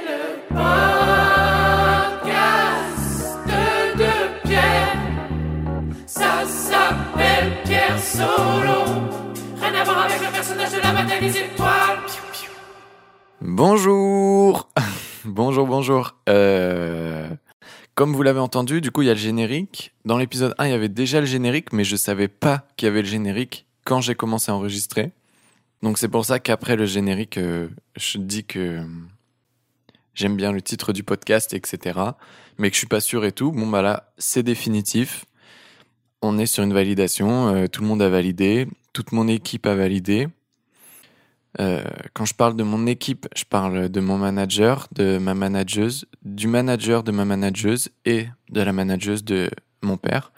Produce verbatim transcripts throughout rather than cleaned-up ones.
le podcast de Pierre. Ça s'appelle Pierre Solo. Rien à voir avec le personnage de la bataille des étoiles. Bonjour. Bonjour, bonjour. Euh... Comme vous l'avez entendu, du coup, il y a le générique. Dans l'épisode un, il y avait déjà le générique, mais je savais pas qu'il y avait le générique quand j'ai commencé à enregistrer. Donc c'est pour ça qu'après le générique, euh, je dis que j'aime bien le titre du podcast, et cetera. Mais que je suis pas sûr et tout. Bon, bah là, c'est définitif. On est sur une validation. Euh, tout le monde a validé. Toute mon équipe a validé. Euh, quand je parle de mon équipe, je parle de mon manager, de ma manageuse, du manager de ma manageuse et de la manageuse de mon père,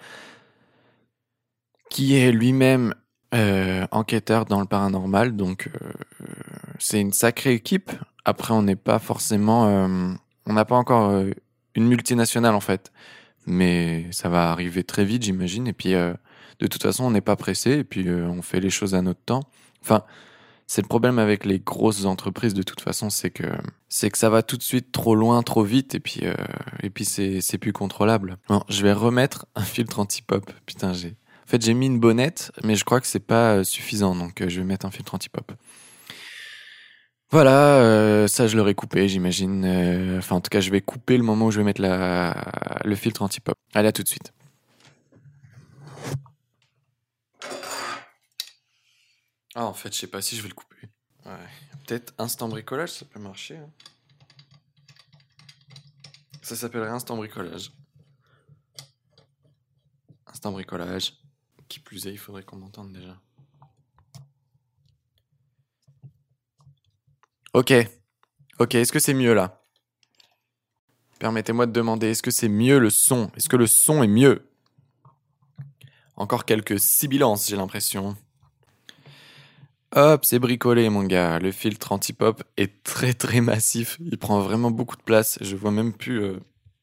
qui est lui-même euh, enquêteur dans le paranormal. Donc, euh, c'est une sacrée équipe. Après, on n'est pas forcément... Euh, on n'a pas encore euh, une multinationale, en fait. Mais ça va arriver très vite, j'imagine. Et puis, euh, de toute façon, on n'est pas pressé. Et puis, euh, on fait les choses à notre temps. Enfin... C'est le problème avec les grosses entreprises de toute façon, c'est que c'est que ça va tout de suite trop loin, trop vite, et puis euh, et puis c'est c'est plus contrôlable. Non, je vais remettre un filtre anti-pop. Putain, j'ai en fait j'ai mis une bonnette, mais je crois que c'est pas suffisant, donc euh, je vais mettre un filtre anti-pop. Voilà, euh, ça je l'aurais coupé, j'imagine. Euh, enfin, en tout cas, je vais couper le moment où je vais mettre la le filtre anti-pop. Allez, à tout de suite. Ah, en fait, je sais pas si je vais le couper. Ouais. Peut-être instant bricolage, ça peut marcher. Hein. Ça s'appellerait instant bricolage. Instant bricolage. Qui plus est, il faudrait qu'on m'entende déjà. Ok. Ok, est-ce que c'est mieux là ? Permettez-moi de demander, est-ce que c'est mieux le son ? Est-ce que le son est mieux ? Encore quelques sibilances, j'ai l'impression. Hop, c'est bricolé, mon gars. Le filtre anti-pop est très très massif. Il prend vraiment beaucoup de place. Je vois même plus... Euh...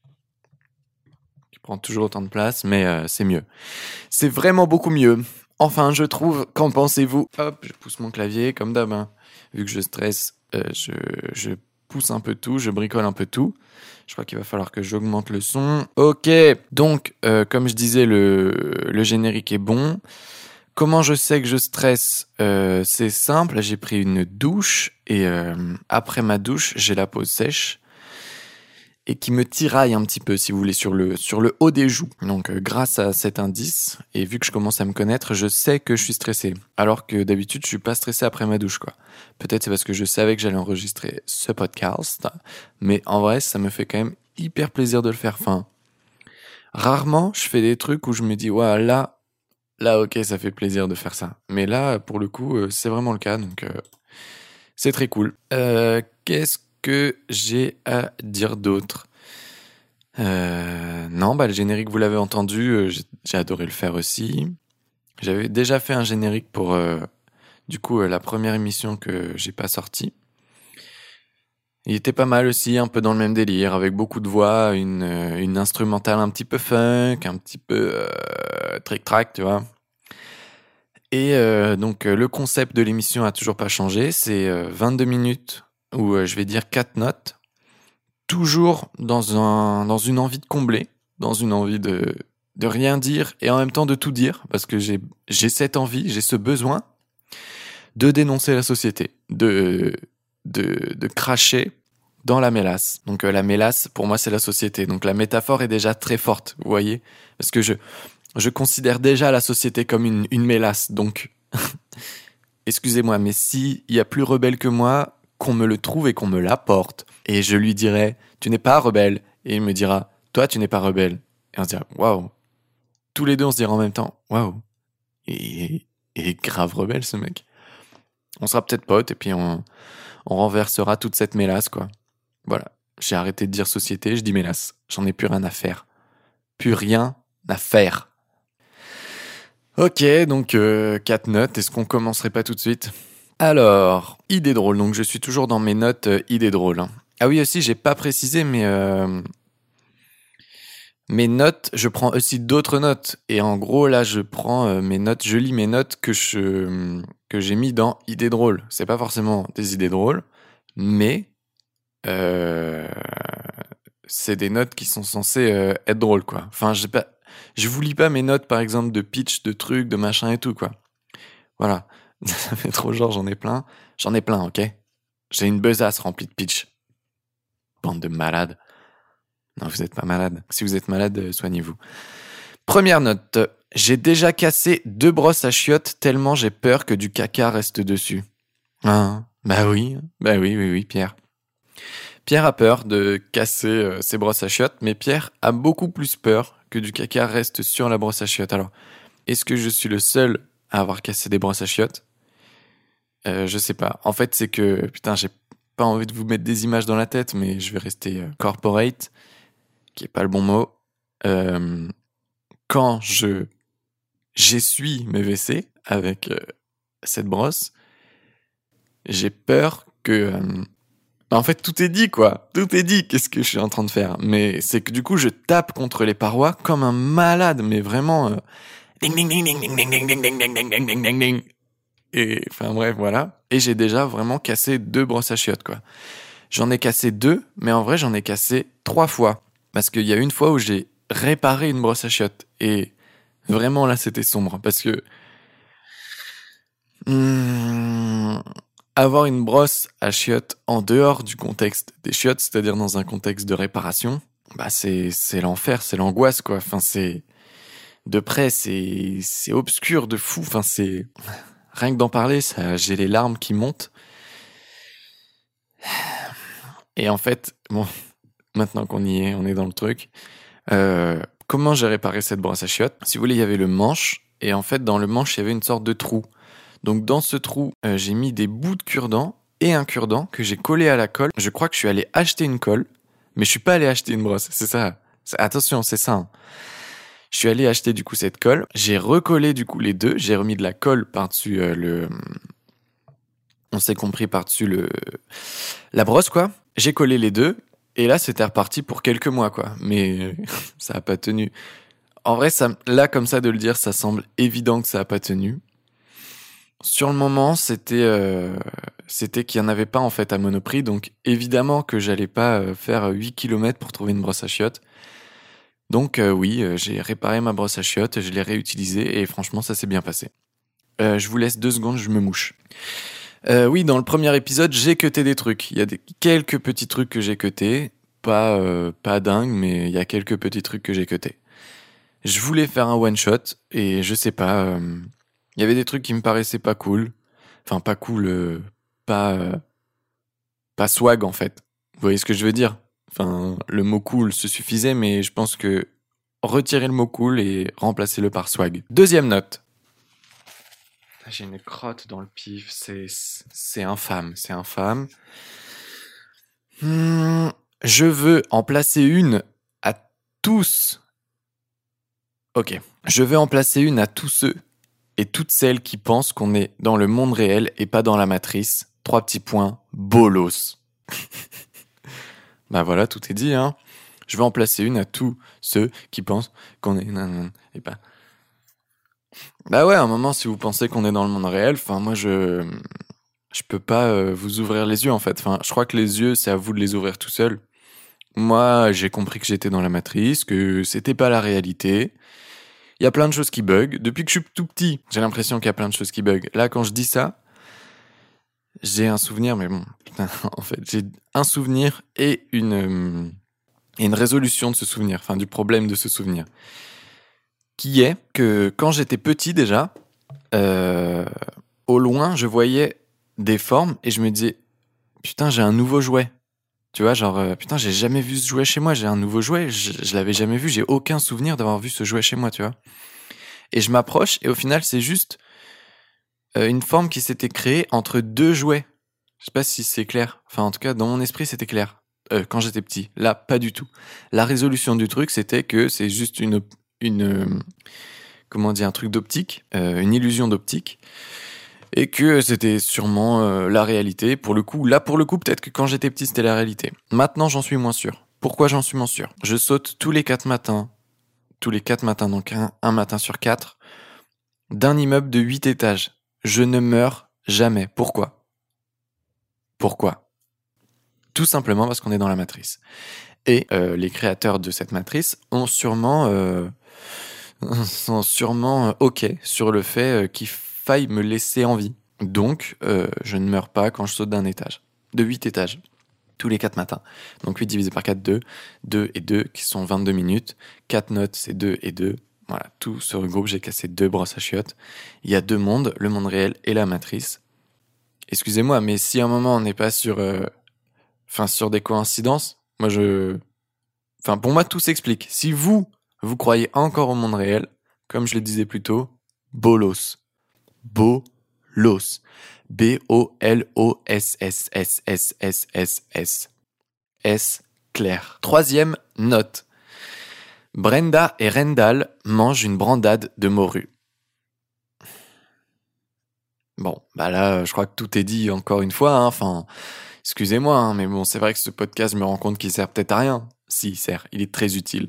Il prend toujours autant de place, mais euh, c'est mieux. C'est vraiment beaucoup mieux. Enfin, je trouve. Qu'en pensez-vous ? Hop, je pousse mon clavier, comme d'hab. Hein. Vu que je stresse, euh, je, je pousse un peu tout, je bricole un peu tout. Je crois qu'il va falloir que j'augmente le son. Ok, donc, euh, comme je disais, le, le générique est bon. Comment je sais que je stresse ? euh, C'est simple, j'ai pris une douche et euh, après ma douche, j'ai la peau sèche et qui me tiraille un petit peu, si vous voulez, sur le, sur le haut des joues. Donc euh, grâce à cet indice, et vu que je commence à me connaître, je sais que je suis stressé. Alors que d'habitude, je suis pas stressé après ma douche, quoi. Peut-être c'est parce que je savais que j'allais enregistrer ce podcast, mais en vrai, ça me fait quand même hyper plaisir de le faire. Enfin, rarement, je fais des trucs où je me dis, ouais, là... Là, ok, ça fait plaisir de faire ça. Mais là, pour le coup, euh, c'est vraiment le cas, donc euh, c'est très cool. Euh, qu'est-ce que j'ai à dire d'autre ? euh, Non, bah le générique, vous l'avez entendu, euh, j'ai, j'ai adoré le faire aussi. J'avais déjà fait un générique pour, euh, du coup, euh, la première émission que j'ai pas sortie. Il était pas mal aussi, un peu dans le même délire, avec beaucoup de voix, une, euh, une instrumentale un petit peu funk, un petit peu euh, trick-track, tu vois. Et euh, donc euh, le concept de l'émission a toujours pas changé, c'est euh, vingt-deux minutes où euh, je vais dire quatre notes, toujours dans un dans une envie de combler, dans une envie de de rien dire et en même temps de tout dire parce que j'ai j'ai cette envie, j'ai ce besoin de dénoncer la société, de de de cracher dans la mélasse. Donc euh, la mélasse pour moi c'est la société. Donc la métaphore est déjà très forte, vous voyez ? Parce que je Je considère déjà la société comme une, une mélasse, donc excusez-moi, mais si il y a plus rebelle que moi, qu'on me le trouve et qu'on me l'apporte, et je lui dirai, tu n'es pas rebelle, et il me dira, toi tu n'es pas rebelle, et on se dira, waouh, tous les deux on se dira en même temps, waouh, et, et grave rebelle ce mec. On sera peut-être potes et puis on, on renversera toute cette mélasse quoi. Voilà, j'ai arrêté de dire société, je dis mélasse, j'en ai plus rien à faire, plus rien à faire. Ok, donc euh, quatre notes, est-ce qu'on commencerait pas tout de suite ? Alors, idée drôle, donc je suis toujours dans mes notes euh, idée drôle. Hein. Ah oui aussi, j'ai pas précisé, mais euh, mes notes, je prends aussi d'autres notes. Et en gros, là, je prends euh, mes notes, je lis mes notes que, je, que j'ai mis dans idée drôle. C'est pas forcément des idées drôles, mais euh, c'est des notes qui sont censées euh, être drôles, quoi. Enfin, j'ai pas, je vous lis pas mes notes, par exemple, de pitch, de trucs, de machin et tout, quoi. Voilà. Ça fait trop genre, j'en ai plein. J'en ai plein, ok? J'ai une besace remplie de pitch. Bande de malades. Non, vous êtes pas malade. Si vous êtes malade, euh, soignez-vous. Première note. J'ai déjà cassé deux brosses à chiottes tellement j'ai peur que du caca reste dessus. Ah, bah oui, bah oui, oui, oui, Pierre. Pierre a peur de casser euh, ses brosses à chiottes, mais Pierre a beaucoup plus peur que du caca reste sur la brosse à chiottes. Alors, est-ce que je suis le seul à avoir cassé des brosses à chiottes ? euh, Je sais pas. En fait, c'est que, putain, j'ai pas envie de vous mettre des images dans la tête, mais je vais rester euh, corporate, qui est pas le bon mot. Euh, quand je j'essuie mes W C avec euh, cette brosse, j'ai peur que... euh, En fait, tout est dit, quoi. Tout est dit. Qu'est-ce que je suis en train de faire ? Mais c'est que du coup, je tape contre les parois comme un malade, mais vraiment... euh, Ding, ding, ding, ding, ding, ding, ding, ding, ding, ding, ding, ding, ding, ding, ding. Et enfin bref, voilà. Et j'ai déjà vraiment cassé deux brosses à chiottes, quoi. J'en ai cassé deux, mais en vrai, j'en ai cassé trois fois. Parce qu'il y a une fois où j'ai réparé une brosse à chiottes. Et vraiment, là, c'était sombre. Parce que... Hmm, avoir une brosse à chiottes en dehors du contexte des chiottes, c'est-à-dire dans un contexte de réparation, bah c'est c'est l'enfer, c'est l'angoisse, quoi. Enfin, c'est de près, c'est c'est obscur de fou. Enfin, c'est rien que d'en parler, ça, j'ai les larmes qui montent. Et en fait, bon, maintenant qu'on y est, on est dans le truc. Euh, comment j'ai réparé cette brosse à chiottes ? Si vous voulez, il y avait le manche, et en fait, dans le manche, il y avait une sorte de trou. Donc dans ce trou, euh, j'ai mis des bouts de cure-dent et un cure-dent que j'ai collé à la colle. Je crois que je suis allé acheter une colle, mais je suis pas allé acheter une brosse. C'est ça. C'est- Attention, c'est ça. Hein. Je suis allé acheter du coup cette colle. J'ai recollé du coup les deux. J'ai remis de la colle par-dessus euh, le... On s'est compris par-dessus le... La brosse, quoi. J'ai collé les deux. Et là, c'était reparti pour quelques mois, quoi. Mais ça a pas tenu. En vrai, ça, là, comme ça, de le dire, ça semble évident que ça a pas tenu. Sur le moment, c'était euh, c'était qu'il n'y en avait pas en fait à Monoprix, donc évidemment que j'allais pas euh, faire huit kilomètres pour trouver une brosse à chiottes. Donc euh, oui, euh, j'ai réparé ma brosse à chiottes, je l'ai réutilisée et franchement ça s'est bien passé. Euh, je vous laisse deux secondes, je me mouche. Euh, oui, dans le premier épisode, j'ai cuté des trucs. Il y a des, quelques petits trucs que j'ai cutés, pas euh, pas dingue, mais il y a quelques petits trucs que j'ai cutés. Je voulais faire un one shot et je sais pas. euh, Il y avait des trucs qui me paraissaient pas cool. Enfin, pas cool, euh, pas, euh, pas swag en fait. Vous voyez ce que je veux dire ? Enfin, le mot cool se suffisait, mais je pense que retirer le mot cool et remplacer-le par swag. Deuxième note. J'ai une crotte dans le pif, c'est, c'est infâme, c'est infâme. Hmm, je veux en placer une à tous. Ok, je veux en placer une à tous ceux et toutes celles qui pensent qu'on est dans le monde réel et pas dans la matrice. Trois petits points, bolos. Bah voilà, tout est dit, hein. Je vais en placer une à tous ceux qui pensent qu'on est... Non, non, et pas... Bah ouais, à un moment, si vous pensez qu'on est dans le monde réel, enfin, moi, je... Je peux pas euh, vous ouvrir les yeux, en fait. Enfin, je crois que les yeux, c'est à vous de les ouvrir tout seul. Moi, j'ai compris que j'étais dans la matrice, que c'était pas la réalité. Il y a plein de choses qui bug. Depuis que je suis tout petit, j'ai l'impression qu'il y a plein de choses qui bug. Là, quand je dis ça, j'ai un souvenir, mais bon, putain, en fait, j'ai un souvenir et une, euh, et une résolution de ce souvenir, enfin, du problème de ce souvenir. Qui est que quand j'étais petit déjà, euh, au loin, je voyais des formes et je me disais, putain, j'ai un nouveau jouet. Tu vois, genre, euh, putain, j'ai jamais vu ce jouet chez moi, j'ai un nouveau jouet, je, je l'avais jamais vu, j'ai aucun souvenir d'avoir vu ce jouet chez moi, tu vois. Et je m'approche, et au final, c'est juste euh, une forme qui s'était créée entre deux jouets. Je sais pas si c'est clair. Enfin, en tout cas, dans mon esprit, c'était clair. Euh, quand j'étais petit. Là, pas du tout. La résolution du truc, c'était que c'est juste une... une euh, comment dire, un truc d'optique, euh, une illusion d'optique. Et que c'était sûrement euh, la réalité. Pour le coup, là, pour le coup, peut-être que quand j'étais petit, c'était la réalité. Maintenant, j'en suis moins sûr. Pourquoi j'en suis moins sûr ? Je saute tous les quatre matins, tous les quatre matins, donc un, un matin sur quatre, d'un immeuble de huit étages. Je ne meurs jamais. Pourquoi ? Pourquoi ? Tout simplement parce qu'on est dans la matrice. Et euh, les créateurs de cette matrice ont sûrement, euh, sont sûrement euh, OK sur le fait euh, qu'il faille me laisser en vie. Donc, euh, je ne meurs pas quand je saute d'un étage, de huit étages, tous les quatre matins. Donc huit divisé par quatre, deux. deux et deux, qui sont vingt-deux minutes. quatre notes, c'est deux et deux. Voilà, tout se regroupe, j'ai cassé deux brosses à chiottes. Il y a deux mondes, le monde réel et la matrice. Excusez-moi, mais si à un moment on n'est pas sur, euh, enfin, sur des coïncidences, moi je... Enfin, pour moi, tout s'explique. Si vous, vous croyez encore au monde réel, comme je le disais plus tôt, bolos. Bolos. B O L O S S S S S S S. S clair. Troisième note. Brenda et Rendal mangent une brandade de morue. Bon, bah là, je crois que tout est dit encore une fois. Hein. Enfin, excusez-moi, hein, mais bon, c'est vrai que ce podcast, je me rends compte qu'il sert peut-être à rien. Si, il sert. Il est très utile.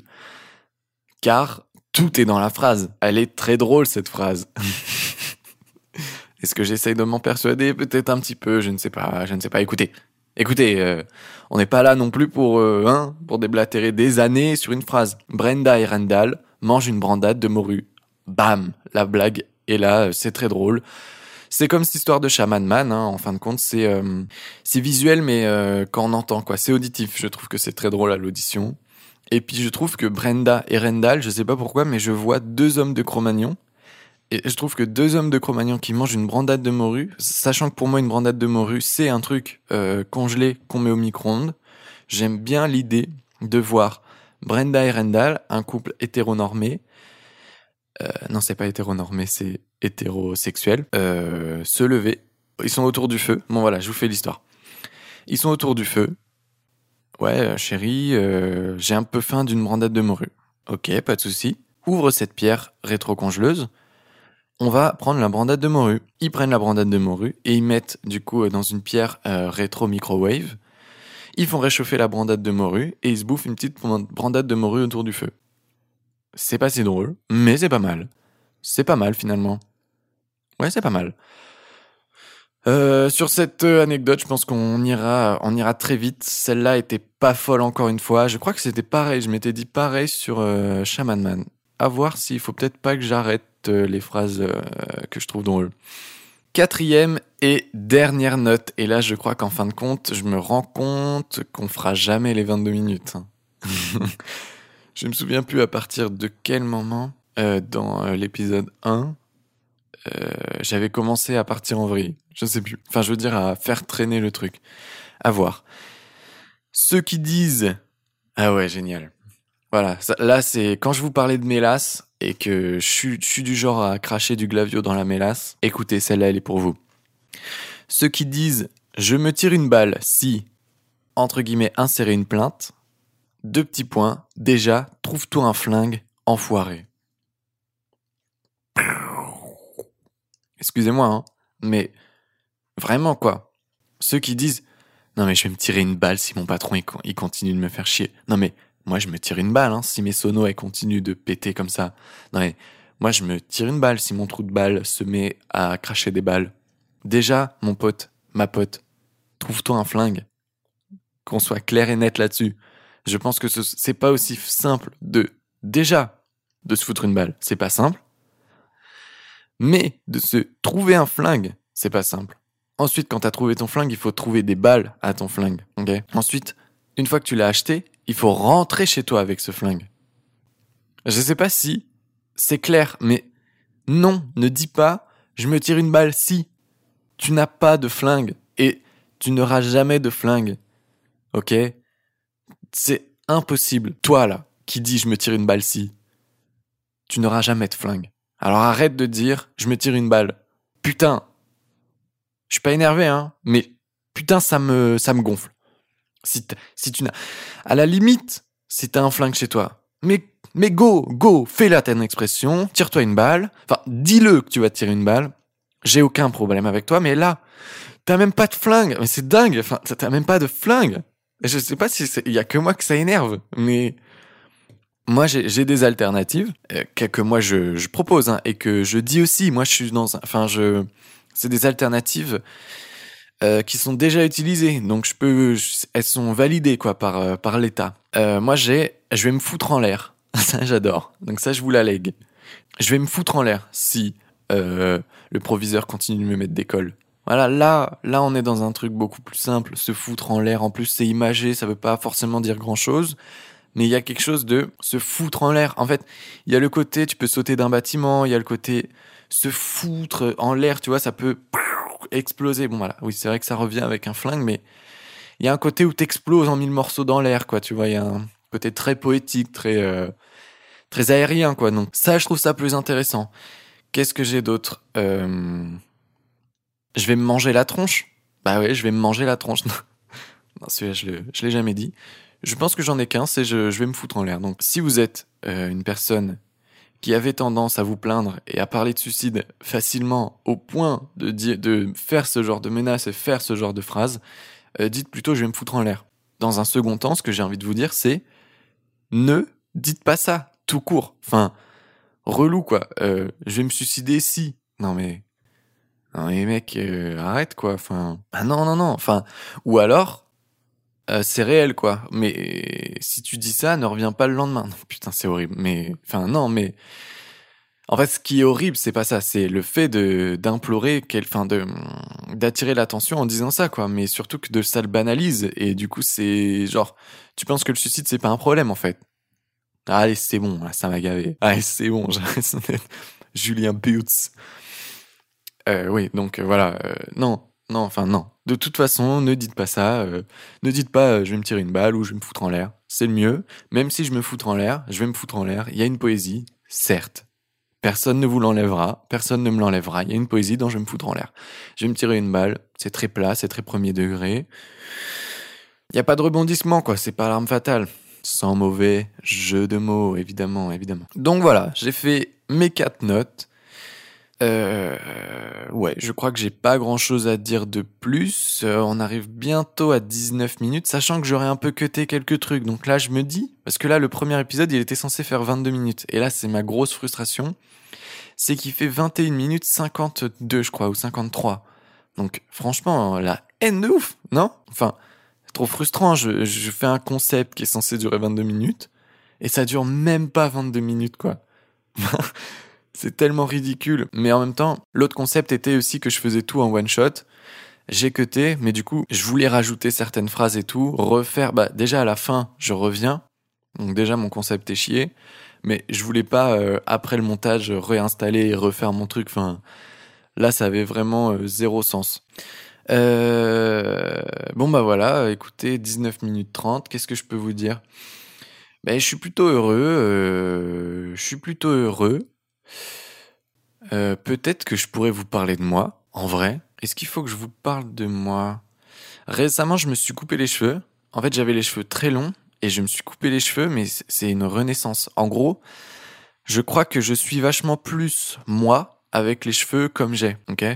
Car tout est dans la phrase. Elle est très drôle, cette phrase. Est-ce que j'essaye de m'en persuader? Peut-être un petit peu, je ne sais pas, je ne sais pas. Écoutez, écoutez, euh, on n'est pas là non plus pour, euh, hein, pour déblatérer des années sur une phrase. Brenda et Rendal mangent une brandade de morue. Bam, la blague est là, c'est très drôle. C'est comme cette histoire de Shaman Man, hein, en fin de compte, c'est, euh, c'est visuel, mais euh, quand on entend, quoi, c'est auditif. Je trouve que c'est très drôle à l'audition. Et puis je trouve que Brenda et Rendal, je sais pas pourquoi, mais je vois deux hommes de Cro-Magnon. Et je trouve que deux hommes de Cro-Magnon qui mangent une brandade de morue, sachant que pour moi une brandade de morue c'est un truc euh, congelé qu'on met au micro-ondes, j'aime bien l'idée de voir Brenda et Rendal, un couple hétéronormé, euh, non c'est pas hétéronormé, c'est hétérosexuel, euh, se lever, ils sont autour du feu, bon voilà je vous fais l'histoire, ils sont autour du feu, ouais euh, chérie, euh, j'ai un peu faim d'une brandade de morue, ok pas de souci, ouvre cette pierre rétro-congeleuse, on va prendre la brandade de morue. Ils prennent la brandade de morue et ils mettent du coup dans une pierre euh, rétro-microwave. Ils font réchauffer la brandade de morue et ils se bouffent une petite brandade de morue autour du feu. C'est pas si drôle, mais c'est pas mal. C'est pas mal finalement. Ouais, c'est pas mal. Euh, sur cette anecdote, je pense qu'on ira, on ira très vite. Celle-là était pas folle encore une fois. Je crois que c'était pareil. Je m'étais dit pareil sur euh, Shaman Man. À voir s'il faut peut-être pas que j'arrête les phrases euh, que je trouve drôles. Quatrième et dernière note, et là je crois qu'en fin de compte, je me rends compte qu'on fera jamais les vingt-deux minutes. Je me souviens plus à partir de quel moment, euh, dans euh, l'épisode un, euh, j'avais commencé à partir en vrille. Je sais plus. Enfin, je veux dire, à faire traîner le truc. À voir. Ceux qui disent... Ah ouais, génial. Voilà, ça, là c'est quand je vous parlais de mélasse et que je suis, je suis du genre à cracher du glavio dans la mélasse, écoutez, celle-là elle est pour vous. Ceux qui disent « je me tire une balle si, entre guillemets, insérer une plainte », deux petits points, déjà, trouve-toi un flingue, enfoiré. Excusez-moi, hein, mais vraiment quoi. Ceux qui disent « non mais je vais me tirer une balle si mon patron il, il continue de me faire chier ». Non mais moi, je me tire une balle, hein, si mes sonos, elles continuent de péter comme ça. Non, mais moi, je me tire une balle si mon trou de balle se met à cracher des balles. Déjà, mon pote, ma pote, trouve-toi un flingue. Qu'on soit clair et net là-dessus. Je pense que ce, c'est pas aussi simple de, déjà, de se foutre une balle. C'est pas simple. Mais de se trouver un flingue, c'est pas simple. Ensuite, quand t'as trouvé ton flingue, il faut trouver des balles à ton flingue. Okay ? Ensuite, une fois que tu l'as acheté, il faut rentrer chez toi avec ce flingue. Je sais pas si c'est clair, mais non, ne dis pas « je me tire une balle si ». Tu n'as pas de flingue et tu n'auras jamais de flingue. Ok ? C'est impossible. Toi là, qui dis « je me tire une balle si », tu n'auras jamais de flingue. Alors arrête de dire « je me tire une balle ». Putain, je suis pas énervé, hein, mais putain, ça me, ça me gonfle. Si, si tu n'as... À la limite, si t'as un flingue chez toi, mais, mais go, go, fais-la ta expression, tire-toi une balle, enfin, dis-le que tu vas te tirer une balle, j'ai aucun problème avec toi, mais là, t'as même pas de flingue, mais c'est dingue, enfin, t'as même pas de flingue. Je sais pas si il y a que moi que ça énerve, mais moi, j'ai, j'ai des alternatives, euh, que, que moi je, je propose, hein, et que je dis aussi, moi je suis dans un, enfin, je, c'est des alternatives euh, qui sont déjà utilisées, donc je peux, je- elles sont validées quoi par euh, par l'État. Euh, moi j'ai, je vais me foutre en l'air. Ça j'adore. Donc ça je vous la lègue. Je vais me foutre en l'air si euh, le proviseur continue de me mettre des cols. Voilà, là, là, on est dans un truc beaucoup plus simple. Se foutre en l'air, en plus, c'est imagé, ça veut pas forcément dire grand-chose. Mais il y a quelque chose de se foutre en l'air. En fait, il y a le côté, tu peux sauter d'un bâtiment, il y a le côté se foutre en l'air, tu vois, ça peut exploser. Bon, voilà, oui, c'est vrai que ça revient avec un flingue, mais il y a un côté où t'exploses en mille morceaux dans l'air, quoi, tu vois, il y a un côté très poétique, très, euh, très aérien, quoi. Donc ça, je trouve ça plus intéressant. Qu'est-ce que j'ai d'autre euh... Je vais me manger la tronche. Bah ouais, je vais me manger la tronche. Non, celui-là, je, le, je l'ai jamais dit. Je pense que j'en ai qu'un, c'est je, je vais me foutre en l'air. Donc, si vous êtes euh, une personne qui avait tendance à vous plaindre et à parler de suicide facilement au point de, dire, de faire ce genre de menaces et faire ce genre de phrases, euh, dites plutôt je vais me foutre en l'air. Dans un second temps, ce que j'ai envie de vous dire, c'est ne dites pas ça, tout court. Enfin, relou quoi. Euh, je vais me suicider si. Non mais... Non mais mec, euh, arrête quoi. Enfin, ah non non non. Enfin, ou alors, euh, c'est réel quoi. Mais si tu dis ça, ne reviens pas le lendemain. Non, putain, c'est horrible. Mais enfin non, mais en fait, ce qui est horrible, c'est pas ça. C'est le fait de d'implorer, quel, enfin de d'attirer l'attention en disant ça quoi. Mais surtout que de ça le banalise et du coup c'est genre, tu penses que le suicide c'est pas un problème en fait. Allez, c'est bon, là, ça m'a gavé. Allez, c'est bon, j'arrête d'être Julien Butz. Euh, oui, donc euh, voilà, euh, non, non, enfin non. De toute façon, ne dites pas ça. Euh, ne dites pas euh, je vais me tirer une balle ou je vais me foutre en l'air. C'est le mieux. Même si je me foutre en l'air, je vais me foutre en l'air. Il y a une poésie, certes. Personne ne vous l'enlèvera. Personne ne me l'enlèvera. Il y a une poésie dont je vais me foutre en l'air. Je vais me tirer une balle. C'est très plat, c'est très premier degré. Il n'y a pas de rebondissement, quoi. C'est pas l'arme fatale. Sans mauvais jeu de mots, évidemment, évidemment. Donc voilà, j'ai fait mes quatre notes. Euh, ouais, je crois que j'ai pas grand chose à dire de plus. Euh, on arrive bientôt à dix-neuf minutes, sachant que j'aurais un peu cuté quelques trucs. Donc là, je me dis, parce que là, le premier épisode, il était censé faire vingt-deux minutes. Et là, c'est ma grosse frustration. C'est qu'il fait vingt et une minutes cinquante-deux, je crois, ou cinquante-trois. Donc, franchement, la haine de ouf, non? Enfin, c'est trop frustrant. Je, je fais un concept qui est censé durer vingt-deux minutes. Et ça dure même pas vingt-deux minutes, quoi. C'est tellement ridicule. Mais en même temps, l'autre concept était aussi que je faisais tout en one shot. J'ai cuté, mais du coup, je voulais rajouter certaines phrases et tout, refaire, bah, déjà à la fin, je reviens. Donc déjà, mon concept est chié. Mais je voulais pas, euh, après le montage, réinstaller et refaire mon truc. Enfin, là, ça avait vraiment euh, zéro sens. Euh... Bon, bah voilà, écoutez, dix-neuf minutes trente, qu'est-ce que je peux vous dire? Ben, je suis plutôt heureux. Euh... Je suis plutôt heureux. Euh, peut-être que je pourrais vous parler de moi, en vrai. Est-ce qu'il faut que je vous parle de moi? Récemment, je me suis coupé les cheveux. En fait, j'avais les cheveux très longs et je me suis coupé les cheveux, mais c'est une renaissance. En gros, je crois que je suis vachement plus moi avec les cheveux comme j'ai, ok?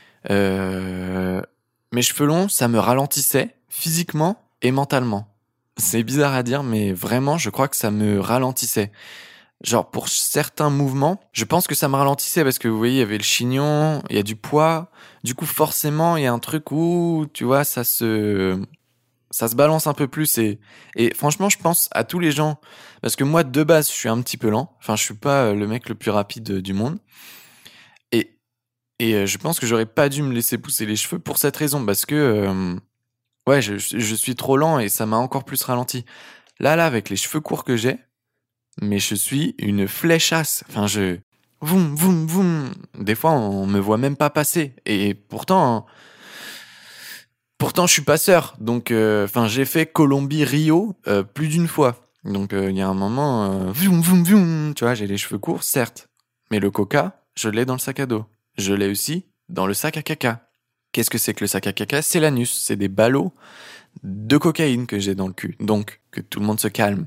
Euh... Mes cheveux longs, ça me ralentissait physiquement et mentalement. C'est bizarre à dire, mais vraiment, je crois que ça me ralentissait. Genre, pour certains mouvements, je pense que ça me ralentissait parce que vous voyez, il y avait le chignon, il y a du poids. Du coup, forcément, il y a un truc où, tu vois, ça se, ça se balance un peu plus et, et franchement, je pense à tous les gens. Parce que moi, de base, je suis un petit peu lent. Enfin, je suis pas le mec le plus rapide du monde. Et, et je pense que j'aurais pas dû me laisser pousser les cheveux pour cette raison. Parce que, euh, ouais, je, je suis trop lent et ça m'a encore plus ralenti. Là, là, avec les cheveux courts que j'ai, mais je suis une fléchasse. Enfin, je... Voum, voum, voum. Des fois, on me voit même pas passer. Et pourtant... Pourtant, je suis passeur. Donc, euh, enfin, j'ai fait Colombie-Rio euh, plus d'une fois. Donc, il euh, y a un moment... Euh, voum, voum, voum. Tu vois, j'ai les cheveux courts, certes. Mais le coca, je l'ai dans le sac à dos. Je l'ai aussi dans le sac à caca. Qu'est-ce que c'est que le sac à caca? C'est l'anus. C'est des ballots de cocaïne que j'ai dans le cul. Donc, que tout le monde se calme.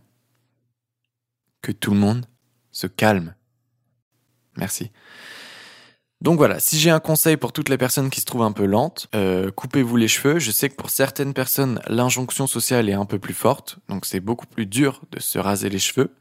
Que tout le monde se calme. Merci. Donc voilà, si j'ai un conseil pour toutes les personnes qui se trouvent un peu lentes, euh, coupez-vous les cheveux. Je sais que pour certaines personnes, l'injonction sociale est un peu plus forte, donc c'est beaucoup plus dur de se raser les cheveux.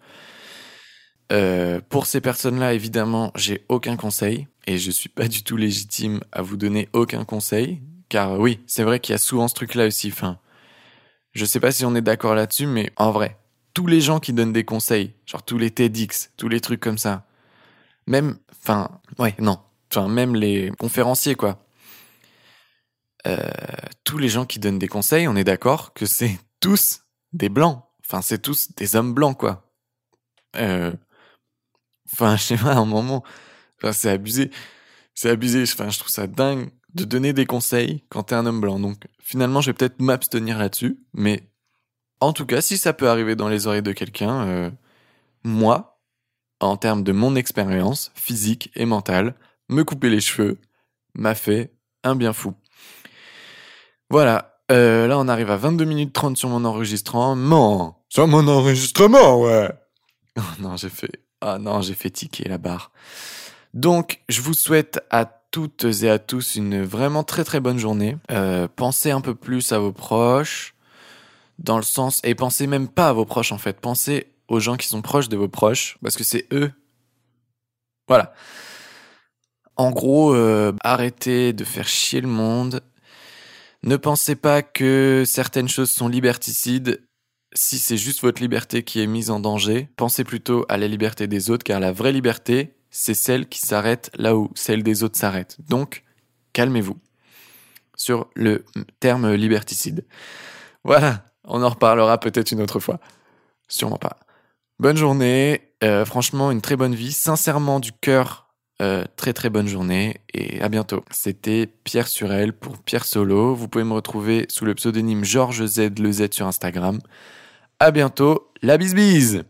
Euh, pour ces personnes-là, évidemment, j'ai aucun conseil, et je suis pas du tout légitime à vous donner aucun conseil, Car euh, oui, c'est vrai qu'il y a souvent ce truc-là aussi. Enfin, je sais pas si on est d'accord là-dessus, mais en vrai, tous les gens qui donnent des conseils, genre tous les TEDx, tous les trucs comme ça, même, enfin, ouais, non, enfin, même les conférenciers, quoi. Euh, tous les gens qui donnent des conseils, on est d'accord que c'est tous des blancs. Enfin, c'est tous des hommes blancs, quoi. Euh, Enfin, je sais pas, à un moment, enfin, c'est abusé. C'est abusé. Enfin, je trouve ça dingue de donner des conseils quand t'es un homme blanc. Donc, finalement, je vais peut-être m'abstenir là-dessus. Mais, en tout cas, si ça peut arriver dans les oreilles de quelqu'un, euh, moi, en termes de mon expérience physique et mentale, me couper les cheveux m'a fait un bien fou. Voilà. Euh, là, on arrive à vingt-deux minutes trente sur mon enregistrement. Sur mon enregistrement, ouais. Oh non, j'ai fait... Ah non, j'ai fait ticker la barre. Donc, je vous souhaite à toutes et à tous une vraiment très très bonne journée. Euh, pensez un peu plus à vos proches, dans le sens... Et pensez même pas à vos proches, en fait. Pensez aux gens qui sont proches de vos proches, parce que c'est eux. Voilà. En gros, euh, arrêtez de faire chier le monde. Ne pensez pas que certaines choses sont liberticides. Si c'est juste votre liberté qui est mise en danger, pensez plutôt à la liberté des autres, car la vraie liberté, c'est celle qui s'arrête là où celle des autres s'arrête. Donc, calmez-vous sur le terme liberticide. Voilà, on en reparlera peut-être une autre fois. Sûrement pas. Bonne journée, euh, franchement une très bonne vie, sincèrement du cœur, euh, très très bonne journée et à bientôt. C'était Pierre Surel pour Pierre Solo. Vous pouvez me retrouver sous le pseudonyme Georges Z, le Z sur Instagram. À bientôt, la bise bise!